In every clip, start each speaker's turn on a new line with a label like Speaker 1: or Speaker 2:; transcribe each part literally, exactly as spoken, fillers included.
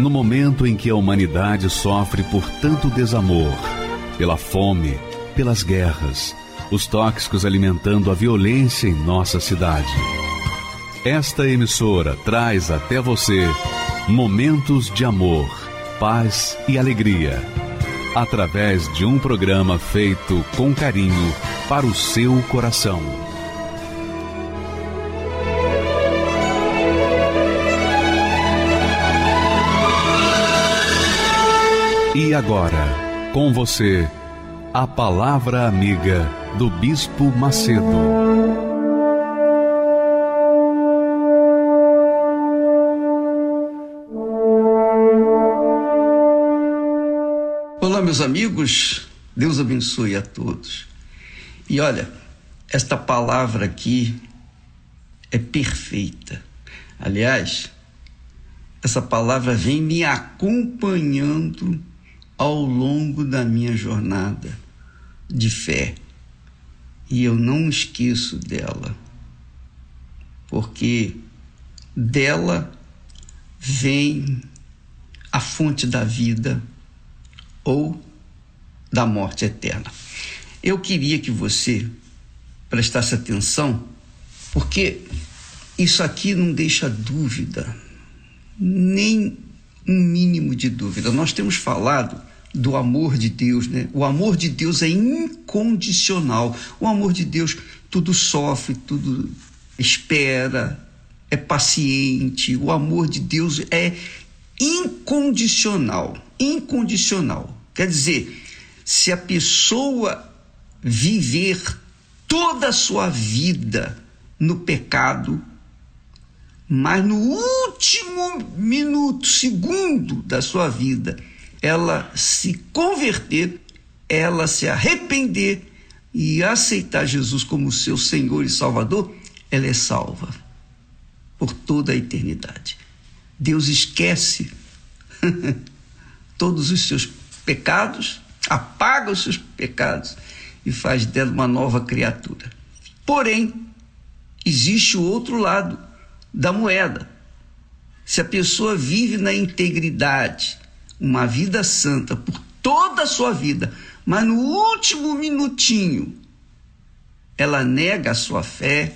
Speaker 1: no momento em que a humanidade sofre por tanto desamor, pela fome, pelas guerras, os tóxicos alimentando a violência em nossa cidade. Esta emissora traz até você momentos de amor, paz e alegria, através de um programa feito com carinho para o seu coração. E agora, com você, a Palavra Amiga do Bispo Macedo.
Speaker 2: Olá, meus amigos, Deus abençoe a todos. E olha, esta palavra aqui é perfeita. Aliás, essa palavra vem me acompanhando ao longo da minha jornada de fé. E eu não esqueço dela, porque dela vem a fonte da vida ou da morte eterna. Eu queria que você prestasse atenção, porque isso aqui não deixa dúvida, nem um mínimo de dúvida. Nós temos falado do amor de Deus, né? O amor de Deus é incondicional. O amor de Deus tudo sofre, tudo espera, é paciente. O amor de Deus é incondicional, incondicional. Quer dizer, se a pessoa viver toda a sua vida no pecado, mas no último minuto, segundo da sua vida, ela se converter, ela se arrepender e aceitar Jesus como seu Senhor e Salvador, ela é salva por toda a eternidade. Deus esquece todos os seus pecados, apaga os seus pecados e faz dela uma nova criatura. Porém, existe o outro lado da moeda. Se a pessoa vive na integridade, uma vida santa por toda a sua vida, mas no último minutinho ela nega a sua fé,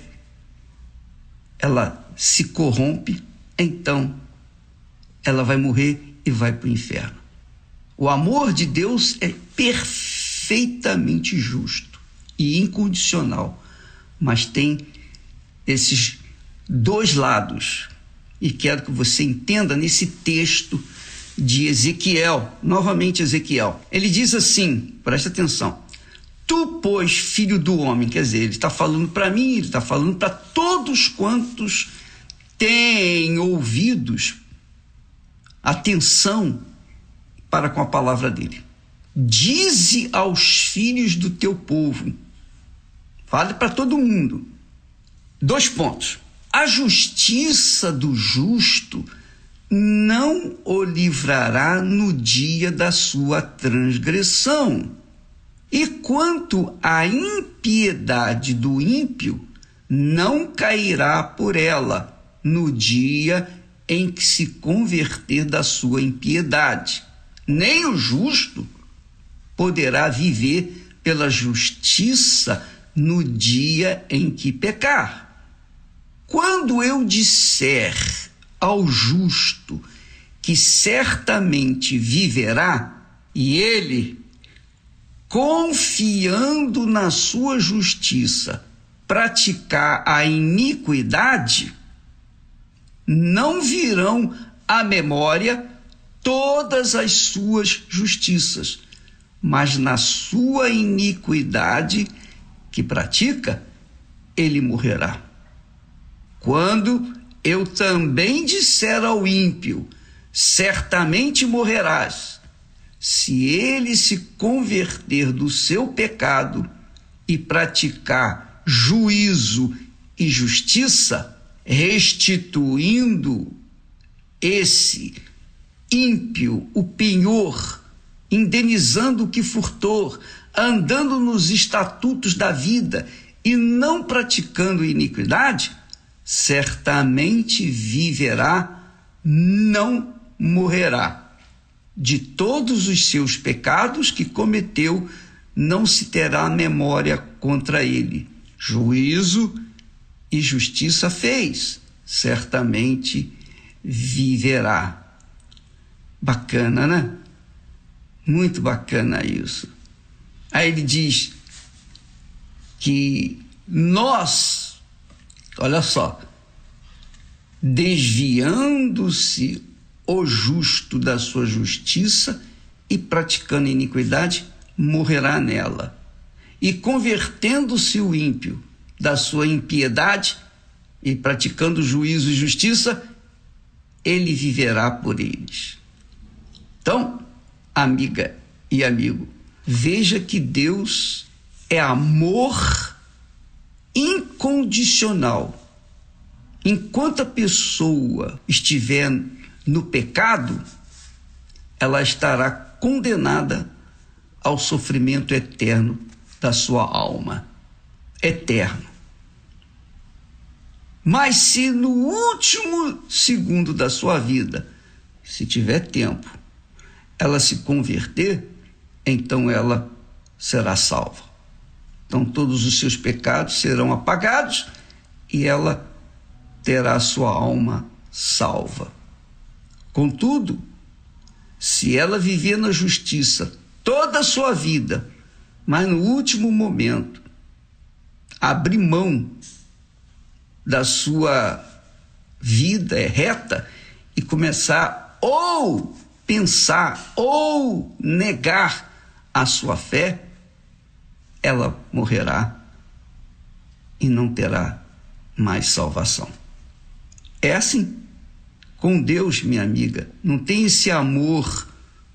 Speaker 2: ela se corrompe, então ela vai morrer e vai para o inferno. O amor de Deus é perfeitamente justo e incondicional, mas tem esses dois lados, e quero que você entenda nesse texto de Ezequiel, novamente Ezequiel. Ele diz assim, presta atenção: tu, pois, filho do homem, quer dizer, ele está falando para mim, ele está falando para todos quantos têm ouvidos, atenção para com a palavra dele. Dize aos filhos do teu povo, fale para todo mundo, dois pontos: a justiça do justo não o livrará no dia da sua transgressão, e quanto à impiedade do ímpio, não cairá por ela no dia em que se converter da sua impiedade. Nem o justo poderá viver pela justiça no dia em que pecar. Quando eu disser ao justo que certamente viverá, e ele, confiando na sua justiça, praticar a iniquidade, não virão à memória todas as suas justiças, mas na sua iniquidade que pratica, ele morrerá. Quando eu também disser ao ímpio, certamente morrerás, se ele se converter do seu pecado e praticar juízo e justiça, restituindo esse ímpio o penhor, indenizando o que furtou, andando nos estatutos da vida e não praticando iniquidade, certamente viverá, não morrerá. De todos os seus pecados que cometeu, não se terá memória contra ele. Juízo e justiça fez, certamente viverá. Bacana, né? Muito bacana isso. Aí ele diz que nós, olha só, desviando-se o justo da sua justiça e praticando iniquidade, morrerá nela. E convertendo-se o ímpio da sua impiedade e praticando juízo e justiça, ele viverá por eles. Então, amiga e amigo, veja que Deus é amor incondicional. Enquanto a pessoa estiver no pecado, ela estará condenada ao sofrimento eterno da sua alma. Eterno. Mas se no último segundo da sua vida, se tiver tempo, ela se converter, então ela será salva. Então todos os seus pecados serão apagados e ela terá sua alma salva. Contudo, se ela viver na justiça toda a sua vida, mas no último momento abrir mão da sua vida reta e começar ou pensar ou negar a sua fé, ela morrerá e não terá mais salvação. É assim. Com Deus, minha amiga, não tem esse amor,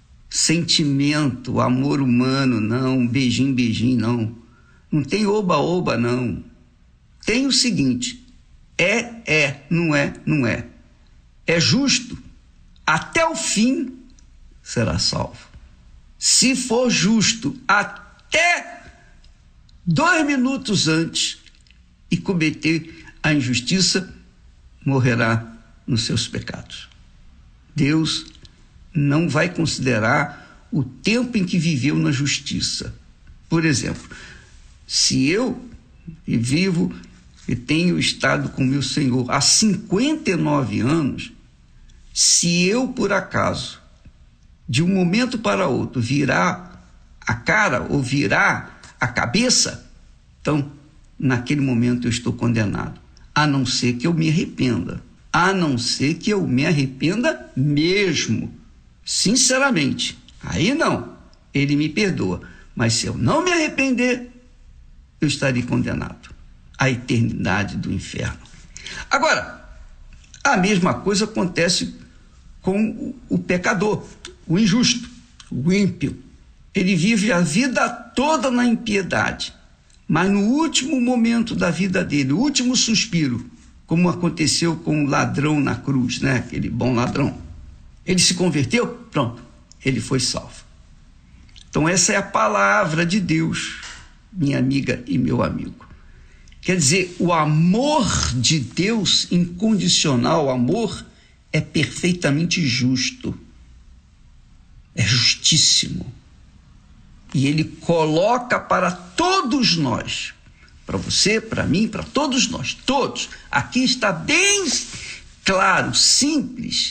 Speaker 2: sentimento, amor humano, não, beijinho, beijinho, não. Não tem oba-oba, não. Tem o seguinte, é, é, não é, não é. É justo, até o fim será salvo. Se for justo até dois minutos antes e cometer a injustiça, morrerá nos seus pecados. Deus não vai considerar o tempo em que viveu na justiça. Por exemplo, se eu vivo e tenho estado com meu Senhor há cinquenta e nove anos, se eu, por acaso, de um momento para outro, virar a cara ou virar a cabeça, então, naquele momento eu estou condenado, a não ser que eu me arrependa. A não ser que eu me arrependa mesmo, sinceramente. Aí não, ele me perdoa. Mas se eu não me arrepender, eu estarei condenado à eternidade do inferno. Agora, a mesma coisa acontece com o pecador, o injusto, o ímpio. Ele vive a vida toda na impiedade, mas no último momento da vida dele, o último suspiro, como aconteceu com o ladrão na cruz, né? Aquele bom ladrão. Ele se converteu, pronto, ele foi salvo. Então essa é a palavra de Deus, minha amiga e meu amigo. Quer dizer, o amor de Deus incondicional, o amor é perfeitamente justo, é justíssimo. E ele coloca para todos nós, para você, para mim, para todos nós, todos. Aqui está bem claro, simples.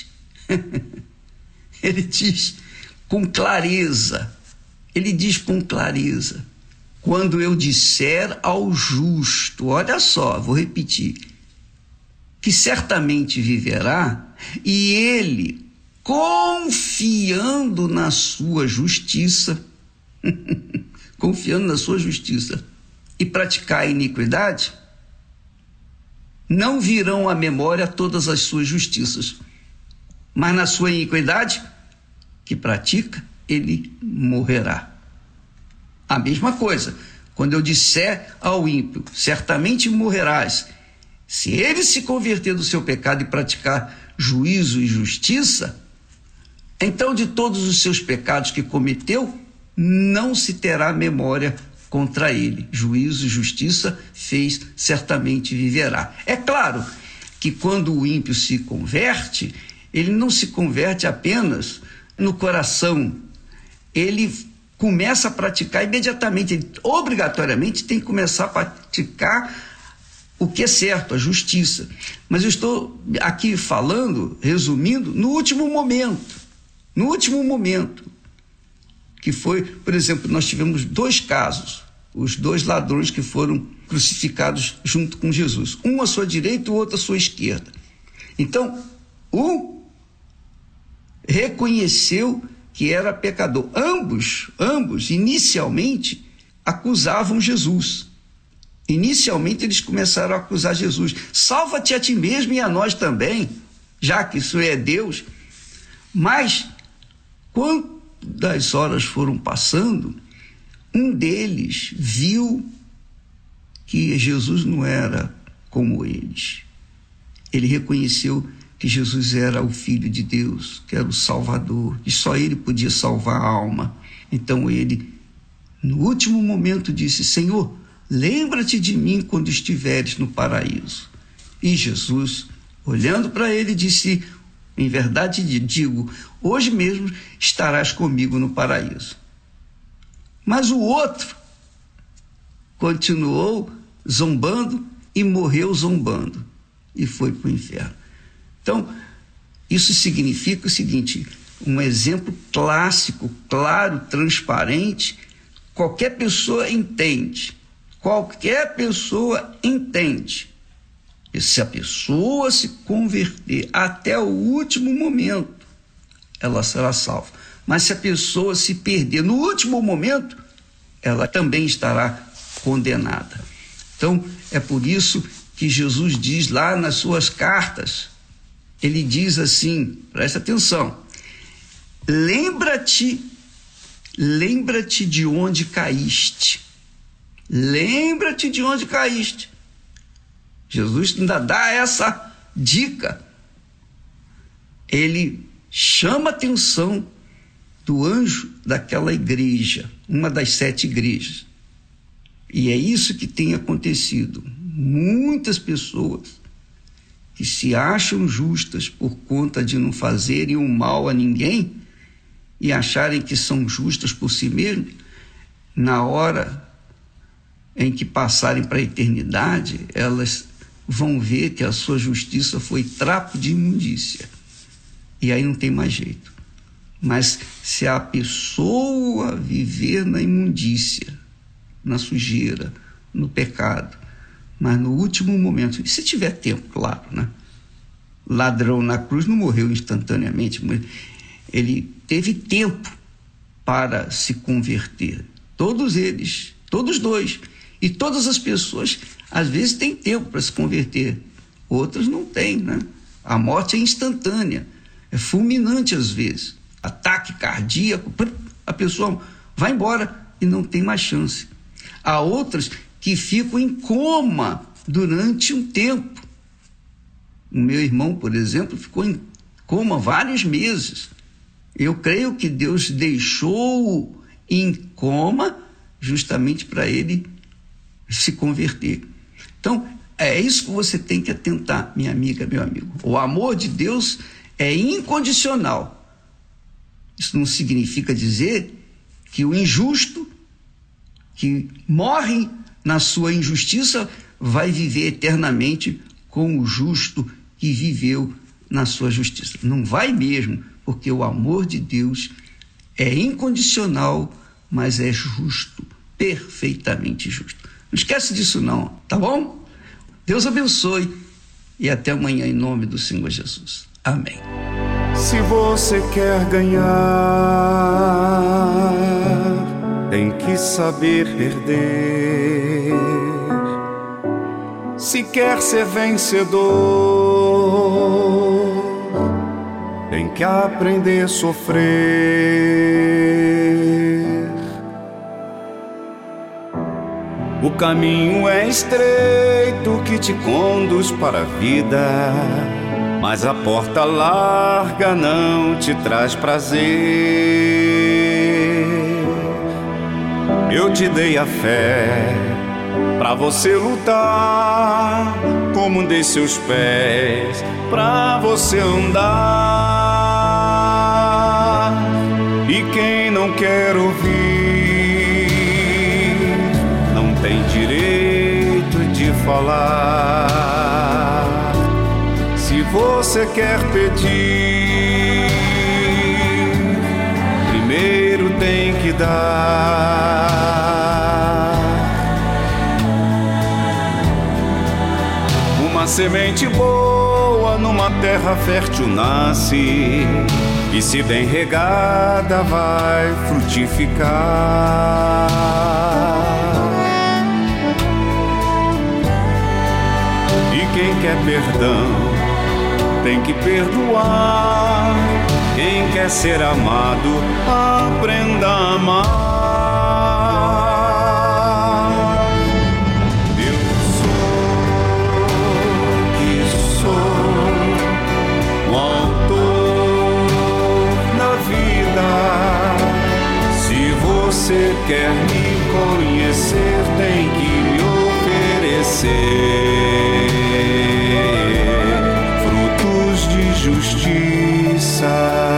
Speaker 2: Ele diz com clareza, ele diz com clareza, quando eu disser ao justo, olha só, vou repetir, que certamente viverá, e ele, confiando na sua justiça, confiando na sua justiça, e praticar a iniquidade, não virão à memória todas as suas justiças, mas na sua iniquidade que pratica, ele morrerá. A mesma coisa, quando eu disser ao ímpio, certamente morrerás, se ele se converter do seu pecado e praticar juízo e justiça, então de todos os seus pecados que cometeu, não se terá memória contra ele. Juízo e justiça fez, certamente viverá. É claro que quando o ímpio se converte, ele não se converte apenas no coração, ele começa a praticar imediatamente, ele obrigatoriamente tem que começar a praticar o que é certo, a justiça. Mas eu estou aqui falando, resumindo, no último momento, no último momento, que foi, por exemplo, nós tivemos dois casos, os dois ladrões que foram crucificados junto com Jesus, um à sua direita e o outro à sua esquerda. Então, um reconheceu que era pecador. Ambos, ambos, inicialmente, acusavam Jesus. Inicialmente, eles começaram a acusar Jesus. Salva-te a ti mesmo e a nós também, já que isso é Deus. Mas, quando as horas foram passando, um deles viu que Jesus não era como eles. Ele reconheceu que Jesus era o Filho de Deus, que era o Salvador, e só ele podia salvar a alma. Então ele, no último momento, disse: Senhor, lembra-te de mim quando estiveres no paraíso. E Jesus, olhando para ele, disse: em verdade digo, hoje mesmo estarás comigo no paraíso. Mas o outro continuou zombando e morreu zombando e foi para o inferno. Então, isso significa o seguinte: um exemplo clássico, claro, transparente, qualquer pessoa entende, qualquer pessoa entende. E se a pessoa se converter até o último momento, ela será salva. Mas se a pessoa se perder no último momento, ela também estará condenada. Então, é por isso que Jesus diz lá nas suas cartas, ele diz assim, presta atenção: lembra-te, lembra-te de onde caíste. Lembra-te de onde caíste. Jesus ainda dá essa dica. Ele chama a atenção do anjo daquela igreja, uma das sete igrejas. E é isso que tem acontecido. Muitas pessoas que se acham justas por conta de não fazerem um mal a ninguém e acharem que são justas por si mesmas, na hora em que passarem para a eternidade, elas vão ver que a sua justiça foi trapo de imundícia. E aí não tem mais jeito. Mas se a pessoa viver na imundícia, na sujeira, no pecado, mas no último momento, e se tiver tempo, claro, né? Ladrão na cruz não morreu instantaneamente, mas ele teve tempo para se converter. Todos eles, todos dois. E todas as pessoas, às vezes, têm tempo para se converter. Outras não têm, né? A morte é instantânea, é fulminante às vezes. Ataque cardíaco, a pessoa vai embora e não tem mais chance. Há outras que ficam em coma durante um tempo. O meu irmão, por exemplo, ficou em coma vários meses. Eu creio que Deus deixou em coma justamente para ele se converter. Então, é isso que você tem que atentar, minha amiga, meu amigo. O amor de Deus é incondicional. Isso não significa dizer que o injusto, que morre na sua injustiça, vai viver eternamente com o justo que viveu na sua justiça. Não vai mesmo, porque o amor de Deus é incondicional, mas é justo, perfeitamente justo. Não esquece disso não, tá bom? Deus abençoe e até amanhã em nome do Senhor Jesus. Amém.
Speaker 3: Se você quer ganhar, tem que saber perder. Se quer ser vencedor, tem que aprender a sofrer. O caminho é estreito que te conduz para a vida, mas a porta larga não te traz prazer. Eu te dei a fé pra você lutar com como dei seus pés pra você andar. E quem não quer ouvir não tem direito de falar. Se você quer pedir, primeiro tem que dar. Uma semente boa numa terra fértil nasce, e se bem regada vai frutificar. E quem quer perdão tem que perdoar. Quem quer ser amado, aprenda a amar. Eu sou que sou o autor da vida. Se você quer me conhecer, tem que me oferecer frutos de justiça.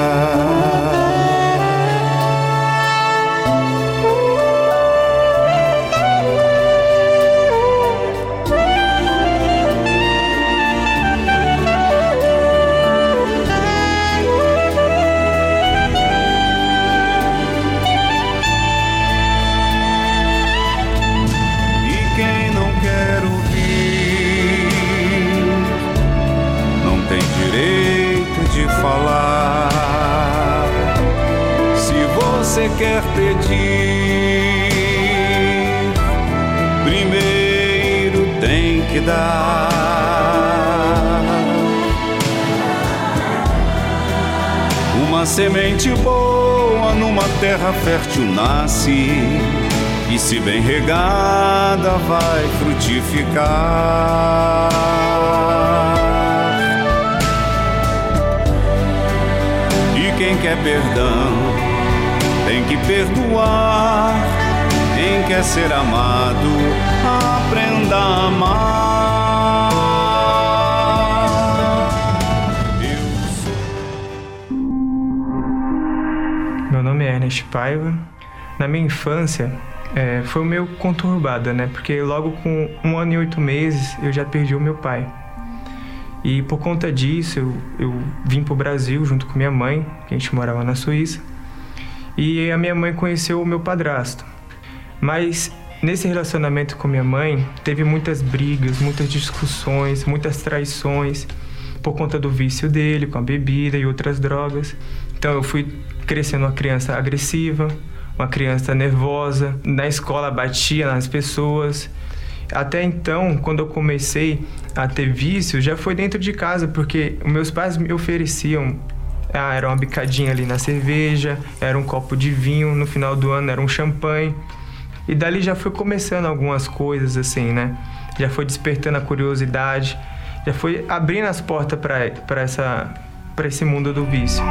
Speaker 3: Você quer pedir, primeiro tem que dar. Uma semente boa numa terra fértil nasce, e se bem regada vai frutificar. E quem quer perdão tem que perdoar. Quem quer ser amado, aprenda a amar. Eu sou...
Speaker 4: Meu nome é Ernest Paiva. Na minha infância, é, foi meio conturbada, né? Porque logo com um ano e oito meses, eu já perdi o meu pai. E por conta disso, eu, eu vim pro Brasil junto com minha mãe, que a gente morava na Suíça. E a minha mãe conheceu o meu padrasto. Mas nesse relacionamento com minha mãe, teve muitas brigas, muitas discussões, muitas traições, por conta do vício dele, com a bebida e outras drogas. Então eu fui crescendo uma criança agressiva, uma criança nervosa. Na escola batia nas pessoas. Até então, quando eu comecei a ter vício, já foi dentro de casa, porque meus pais me ofereciam... Ah, era uma bicadinha ali na cerveja, era um copo de vinho, no final do ano era um champanhe. E dali já foi começando algumas coisas assim, né? Já foi despertando a curiosidade, já foi abrindo as portas para essa, para esse mundo do vício.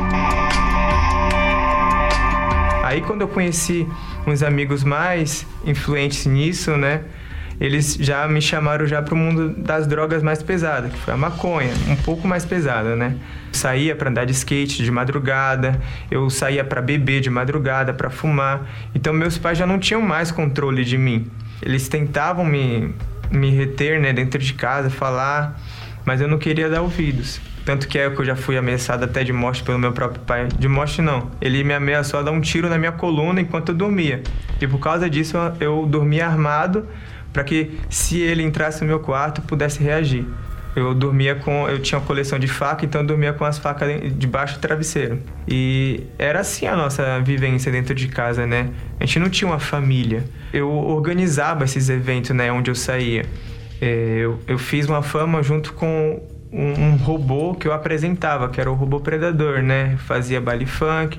Speaker 4: Aí quando eu conheci uns amigos mais influentes nisso, né? Eles já me chamaram já para o mundo das drogas mais pesadas, que foi a maconha, um pouco mais pesada, né? Eu saía para andar de skate de madrugada, eu saía para beber de madrugada, para fumar. Então meus pais já não tinham mais controle de mim. Eles tentavam me, me reter, né, dentro de casa, falar, mas eu não queria dar ouvidos. Tanto que é que eu já fui ameaçado até de morte pelo meu próprio pai. De morte não, ele me ameaçou a dar um tiro na minha coluna enquanto eu dormia. E por causa disso eu, eu dormia armado, para que, se ele entrasse no meu quarto, pudesse reagir. Eu dormia com... Eu tinha uma coleção de facas, então eu dormia com as facas debaixo do travesseiro. E era assim a nossa vivência dentro de casa, né? A gente não tinha uma família. Eu organizava esses eventos, né, onde eu saía. É, eu, eu fiz uma fama junto com um, um robô que eu apresentava, que era o Robô Predador, né? Fazia baile funk.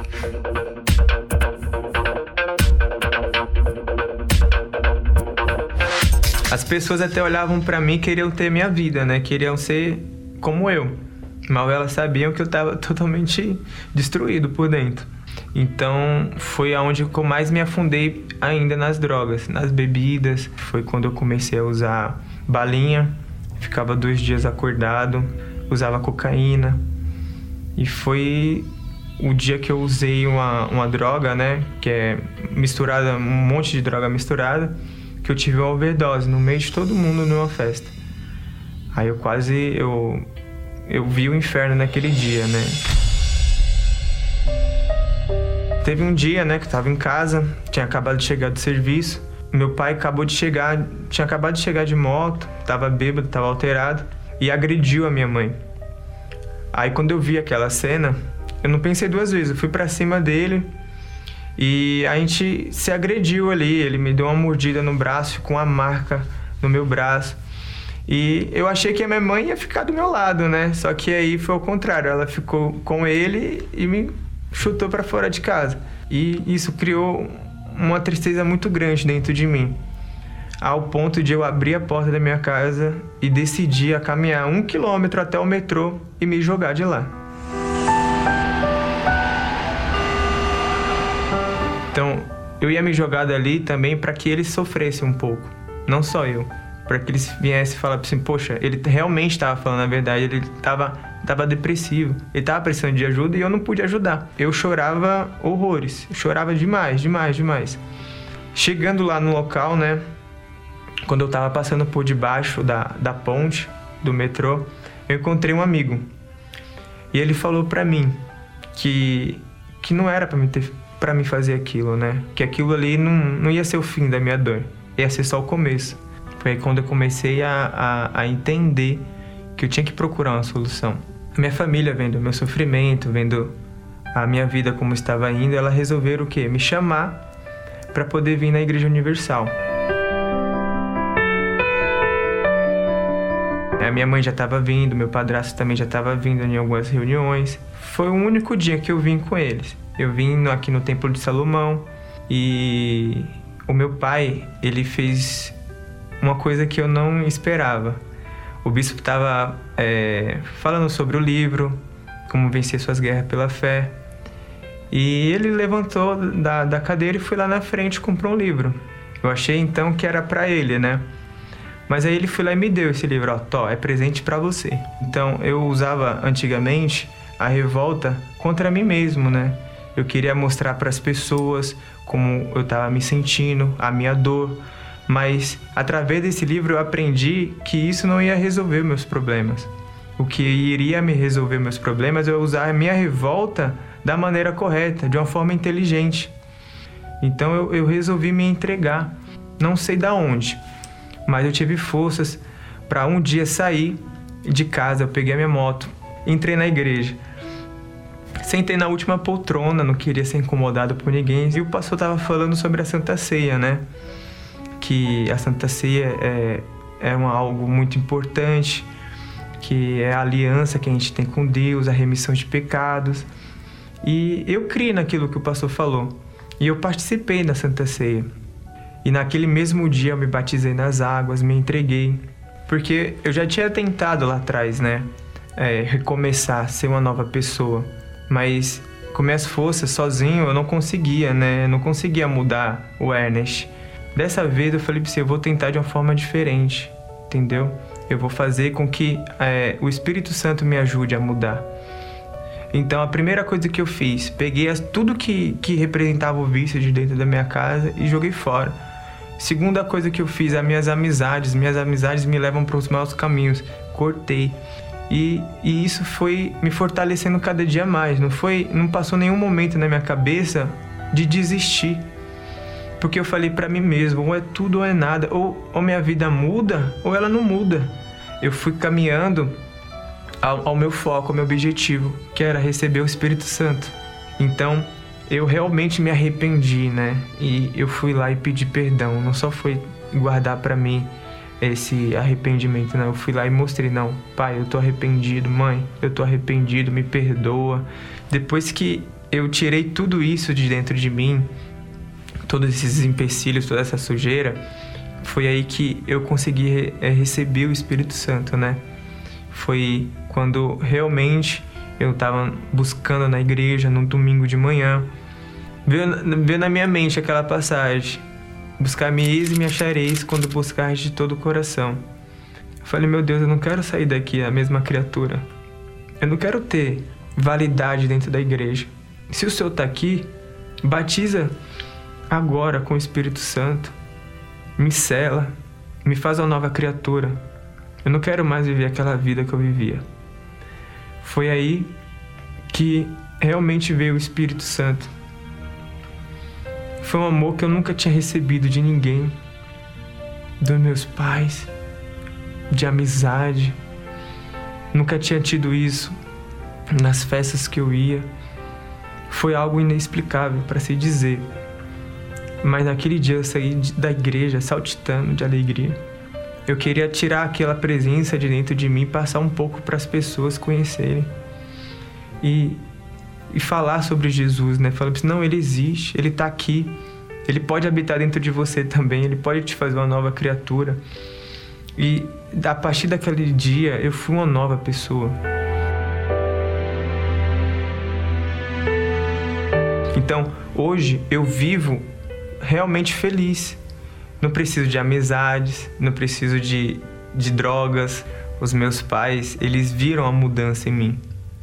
Speaker 4: As pessoas até olhavam pra mim e queriam ter minha vida, né? Queriam ser como eu. Mal elas sabiam que eu tava totalmente destruído por dentro. Então, foi aonde eu mais me afundei ainda nas drogas, nas bebidas. Foi quando eu comecei a usar balinha, ficava dois dias acordado, usava cocaína. E foi o dia que eu usei uma, uma droga, né, que é misturada, um monte de droga misturada, que eu tive uma overdose no meio de todo mundo numa festa. Aí eu quase, eu, eu vi o inferno naquele dia, né. Teve um dia, né, que eu tava em casa, tinha acabado de chegar do serviço. Meu pai acabou de chegar, tinha acabado de chegar de moto, tava bêbado, tava alterado e agrediu a minha mãe. Aí quando eu vi aquela cena, eu não pensei duas vezes, eu fui pra cima dele e a gente se agrediu ali. Ele me deu uma mordida no braço, ficou uma marca no meu braço. E eu achei que a minha mãe ia ficar do meu lado, né? Só que aí foi o contrário, ela ficou com ele e me chutou pra fora de casa. E isso criou uma tristeza muito grande dentro de mim, ao ponto de eu abrir a porta da minha casa e decidir a caminhar um quilômetro até o metrô e me jogar de lá. Então, eu ia me jogar dali também para que ele sofresse um pouco, não só eu, para que ele viesse e falasse assim, poxa, ele realmente estava falando a verdade, ele estava tava depressivo, ele estava precisando de ajuda e eu não pude ajudar. Eu chorava horrores, eu chorava demais, demais, demais. Chegando lá no local, né, quando eu estava passando por debaixo da, da ponte do metrô, eu encontrei um amigo. E ele falou para mim que, que não era para mim, ter, pra mim fazer aquilo, né? Que aquilo ali não, não ia ser o fim da minha dor, ia ser só o começo. Foi aí quando eu comecei a, a, a entender que eu tinha que procurar uma solução. A minha família, vendo o meu sofrimento, vendo a minha vida como estava indo, ela resolveram o quê? Me chamar para poder vir na Igreja Universal. A minha mãe já estava vindo, meu padrasto também já estava vindo em algumas reuniões. Foi o único dia que eu vim com eles. Eu vim aqui no Templo de Salomão e o meu pai, ele fez uma coisa que eu não esperava. O bispo estava é, falando sobre o livro, como vencer suas guerras pela fé. E ele levantou da, da cadeira e foi lá na frente e comprou um livro. Eu achei então que era para ele, né? Mas aí ele foi lá e me deu esse livro, ó, Tó, é presente para você. Então eu usava antigamente a revolta contra mim mesmo, né? Eu queria mostrar para as pessoas como eu estava me sentindo, a minha dor. Mas através desse livro eu aprendi que isso não ia resolver meus problemas. O que iria me resolver meus problemas é usar a minha revolta da maneira correta, de uma forma inteligente. Então eu, eu resolvi me entregar, não sei da onde, mas eu tive forças para um dia sair de casa. Eu peguei a minha moto, entrei na igreja, sentei na última poltrona, não queria ser incomodado por ninguém. E o pastor estava falando sobre a Santa Ceia, né? Que a Santa Ceia é, é uma, algo muito importante, que é a aliança que a gente tem com Deus, a remissão de pecados. E eu criei naquilo que o pastor falou. E eu participei da Santa Ceia. E naquele mesmo dia eu me batizei nas águas, me entreguei. Porque eu já tinha tentado lá atrás, né? É, recomeçar, ser uma nova pessoa. Mas com minhas forças, sozinho, eu não conseguia, né? Eu não conseguia mudar o Ernest. Dessa vez eu falei pra você, eu vou tentar de uma forma diferente, entendeu? Eu vou fazer com que é, o Espírito Santo me ajude a mudar. Então a primeira coisa que eu fiz, peguei as, tudo que, que representava o vício de dentro da minha casa e joguei fora. Segunda coisa que eu fiz, as minhas amizades, minhas amizades me levam para os maus caminhos, cortei. E, e isso foi me fortalecendo cada dia mais, não, foi, não passou nenhum momento na minha cabeça de desistir. Porque eu falei pra mim mesmo, ou é tudo ou é nada, ou, ou minha vida muda, ou ela não muda. Eu fui caminhando ao, ao meu foco, ao meu objetivo, que era receber o Espírito Santo. Então, eu realmente me arrependi, né? E eu fui lá e pedi perdão. Não só foi guardar pra mim esse arrependimento, né? Eu fui lá e mostrei, não, pai, eu tô arrependido, mãe, eu tô arrependido, me perdoa. Depois que eu tirei tudo isso de dentro de mim, todos esses empecilhos, toda essa sujeira, foi aí que eu consegui é, receber o Espírito Santo, né? Foi quando realmente eu estava buscando na igreja, no domingo de manhã. Veio, veio na minha mente aquela passagem: buscar-me-eis e me achareis quando buscares de todo o coração. falei, meu Deus, eu não quero sair daqui a mesma criatura. Eu não quero ter validade dentro da igreja. Se o Senhor está aqui, batiza agora com o Espírito Santo. Me sela, me faz uma nova criatura. Eu não quero mais viver aquela vida que eu vivia. Foi aí que realmente veio o Espírito Santo. Foi um amor que eu nunca tinha recebido de ninguém, dos meus pais, de amizade. Nunca tinha tido isso nas festas que eu ia. Foi algo inexplicável para se dizer. Mas naquele dia eu saí da igreja saltitando de alegria. Eu queria tirar aquela presença de dentro de mim e passar um pouco para as pessoas conhecerem. E, e falar sobre Jesus, né? Falando assim, não, Ele existe, Ele está aqui. Ele pode habitar dentro de você também, Ele pode te fazer uma nova criatura. E a partir daquele dia eu fui uma nova pessoa. Então, hoje eu vivo realmente feliz. Não preciso de amizades, não preciso de, de drogas. Os meus pais, eles viram a mudança em mim.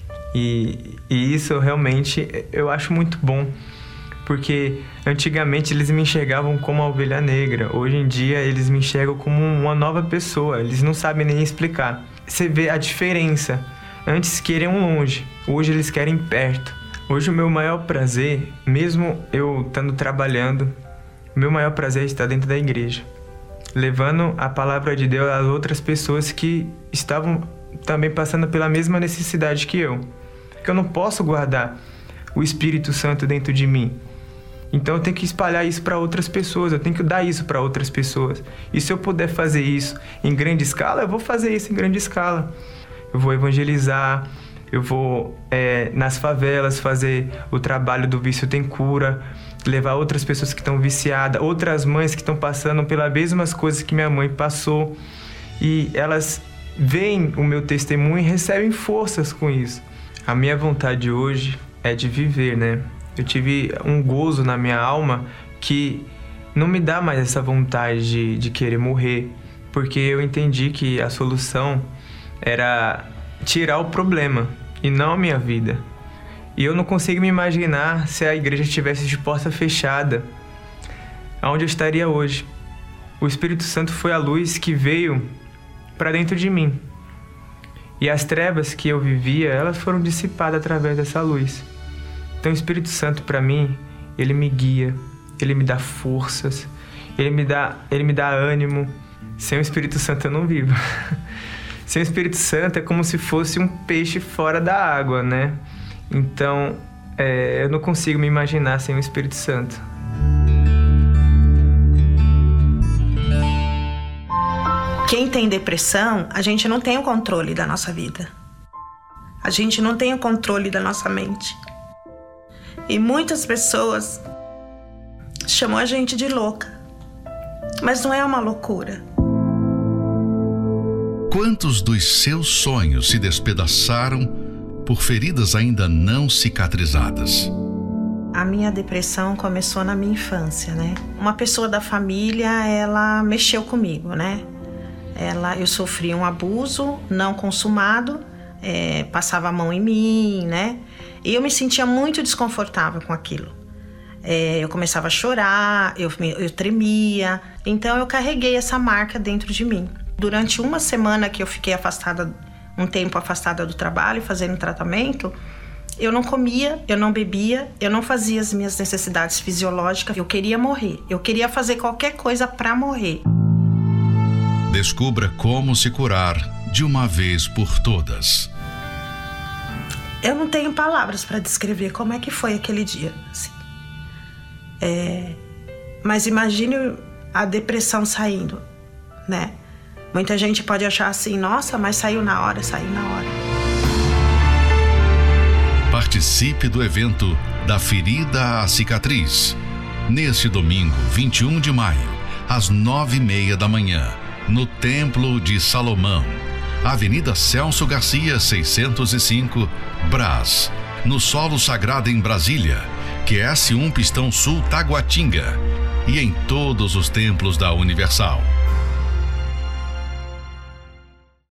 Speaker 4: E, e isso realmente eu acho muito bom. Porque antigamente eles me enxergavam como uma ovelha negra. Hoje em dia eles me enxergam como uma nova pessoa. Eles não sabem nem explicar. Você vê a diferença. Antes queriam longe, hoje eles querem perto. Hoje o meu maior prazer, mesmo eu estando trabalhando, o meu maior prazer é estar dentro da igreja, levando a palavra de Deus às outras pessoas que estavam também passando pela mesma necessidade que eu. Porque eu não posso guardar o Espírito Santo dentro de mim. Então eu tenho que espalhar isso para outras pessoas, eu tenho que dar isso para outras pessoas. E se eu puder fazer isso em grande escala, eu vou fazer isso em grande escala. Eu vou evangelizar, eu vou é, nas favelas fazer o trabalho do Vício Tem Cura, levar outras pessoas que estão viciadas, outras mães que estão passando pelas mesmas coisas que minha mãe passou. E elas veem o meu testemunho e recebem forças com isso. A minha vontade hoje é de viver, né? Eu tive um gozo na minha alma que não me dá mais essa vontade de, de querer morrer, porque eu entendi que a solução era tirar o problema e não a minha vida. E eu não consigo me imaginar se a igreja estivesse de porta fechada, aonde eu estaria hoje. O Espírito Santo foi a luz que veio para dentro de mim. E as trevas que eu vivia, elas foram dissipadas através dessa luz. Então o Espírito Santo, para mim, ele me guia, ele me dá forças, ele me dá, ele me dá ânimo. Sem o Espírito Santo eu não vivo. Sem o Espírito Santo é como se fosse um peixe fora da água, né? Então, é, eu não consigo me imaginar sem o Espírito Santo.
Speaker 5: Quem tem depressão, a gente não tem o controle da nossa vida. A gente não tem o controle da nossa mente. E muitas pessoas chamam a gente de louca. Mas não é uma loucura.
Speaker 1: Quantos dos seus sonhos se despedaçaram por feridas ainda não cicatrizadas?
Speaker 5: A minha depressão começou na minha infância, né? Uma pessoa da família, ela mexeu comigo, né? Ela, eu sofri um abuso não consumado, é, passava a mão em mim, né? E eu me sentia muito desconfortável com aquilo. É, eu começava a chorar, eu, eu tremia. Então eu carreguei essa marca dentro de mim. Durante uma semana que eu fiquei afastada, um tempo afastada do trabalho, fazendo tratamento, eu não comia, eu não bebia, eu não fazia as minhas necessidades fisiológicas. Eu queria morrer, eu queria fazer qualquer coisa para morrer.
Speaker 1: Descubra como se curar de uma vez por todas.
Speaker 5: Eu não tenho palavras para descrever como é que foi aquele dia. Assim. É... Mas imagine a depressão saindo, né? Muita gente pode achar assim, nossa, mas saiu na hora, saiu na hora.
Speaker 1: Participe do evento Da Ferida à Cicatriz. Neste domingo, vinte e um de maio, às nove e meia da manhã, no Templo de Salomão, Avenida Celso Garcia, seiscentos e cinco, Brás, no Solo Sagrado em Brasília, Q S um Pistão Sul Taguatinga, e em todos os templos da Universal.